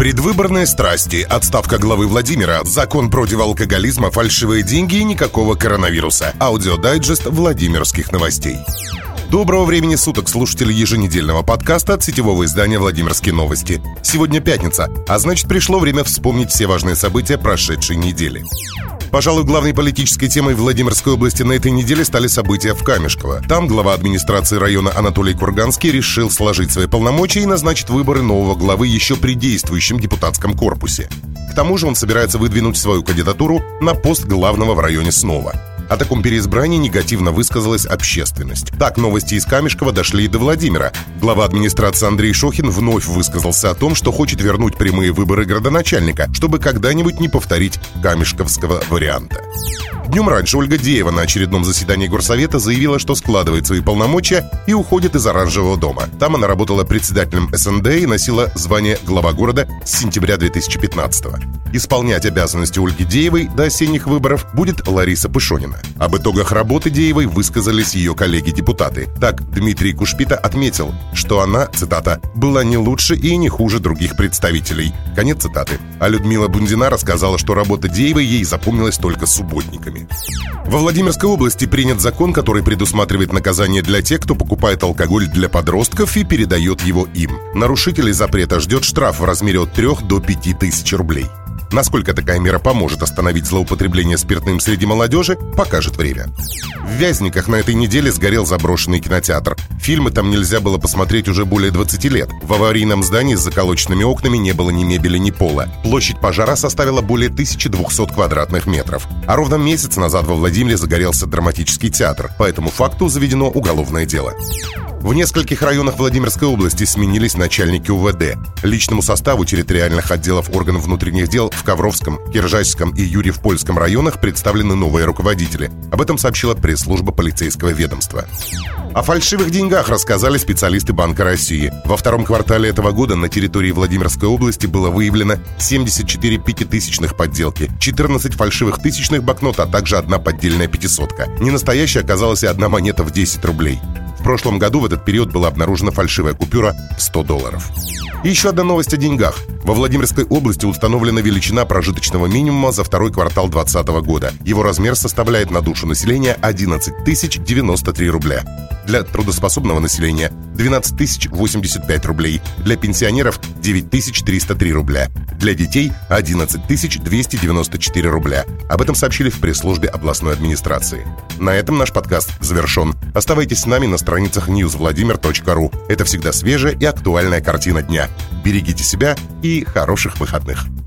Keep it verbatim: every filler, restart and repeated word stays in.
Предвыборные страсти, отставка главы Владимира, закон против алкоголизма, фальшивые деньги и никакого коронавируса. Аудиодайджест Владимирских новостей. Доброго времени суток, слушатели еженедельного подкаста от сетевого издания «Владимирские новости». Сегодня пятница, а значит, пришло время вспомнить все важные события прошедшей недели. Пожалуй, главной политической темой Владимирской области на этой неделе стали события в Камешково. Там глава администрации района Анатолий Курганский решил сложить свои полномочия и назначить выборы нового главы еще при действующем депутатском корпусе. К тому же он собирается выдвинуть свою кандидатуру на пост главного в районе снова. О таком переизбрании негативно высказалась общественность. Так новости из Камешкова дошли и до Владимира. Глава администрации Андрей Шохин вновь высказался о том, что хочет вернуть прямые выборы градоначальника, чтобы когда-нибудь не повторить камешковского варианта. Днем раньше Ольга Деева на очередном заседании горсовета заявила, что складывает свои полномочия и уходит из Оранжевого дома. Там она работала председателем эс эн дэ и носила звание глава города с сентября две тысячи пятнадцатого. Исполнять обязанности Ольги Деевой до осенних выборов будет Лариса Пышонина. Об итогах работы Деевой высказались ее коллеги-депутаты. Так, Дмитрий Кушпита отметил, что она, цитата, «была не лучше и не хуже других представителей». Конец цитаты. А Людмила Бундина рассказала, что работа Деевой ей запомнилась только субботниками. Во Владимирской области принят закон, который предусматривает наказание для тех, кто покупает алкоголь для подростков и передает его им. Нарушителей запрета ждет штраф в размере от трёх до пяти тысяч рублей. Насколько такая мера поможет остановить злоупотребление спиртным среди молодежи, покажет время. В Вязниках на этой неделе сгорел заброшенный кинотеатр. Фильмы там нельзя было посмотреть уже более двадцати лет. В аварийном здании с заколоченными окнами не было ни мебели, ни пола. Площадь пожара составила более тысячи двухсот квадратных метров. А ровно месяц назад во Владимире загорелся драматический театр. По этому факту заведено уголовное дело. В нескольких районах Владимирской области сменились начальники у вэ дэ. Личному составу территориальных отделов органов внутренних дел в Ковровском, Киржачском и Юрьев-Польском районах представлены новые руководители. Об этом сообщила пресс-служба полицейского ведомства. О фальшивых деньгах рассказали специалисты Банка России. Во втором квартале этого года на территории Владимирской области было выявлено семьдесят четыре пятитысячных подделки, четырнадцать фальшивых тысячных банкнот, а также одна поддельная пятисотка. Ненастоящей оказалась и одна монета в десять рублей. В прошлом году в этот период была обнаружена фальшивая купюра в сто долларов. И еще одна новость о деньгах. Во Владимирской области установлена величина прожиточного минимума за второй квартал двадцатого года. Его размер составляет на душу населения одиннадцать тысяч девяносто три рубля. Для трудоспособного населения двенадцать тысяч восемьдесят пять рублей. Для пенсионеров девять тысяч триста три рубля. Для детей одиннадцать тысяч двести девяносто четыре рубля. Об этом сообщили в пресс-службе областной администрации. На этом наш подкаст завершен. Оставайтесь с нами на страницах ньюс владимир точка ру. Это всегда свежая и актуальная картина дня. Берегите себя и хороших выходных.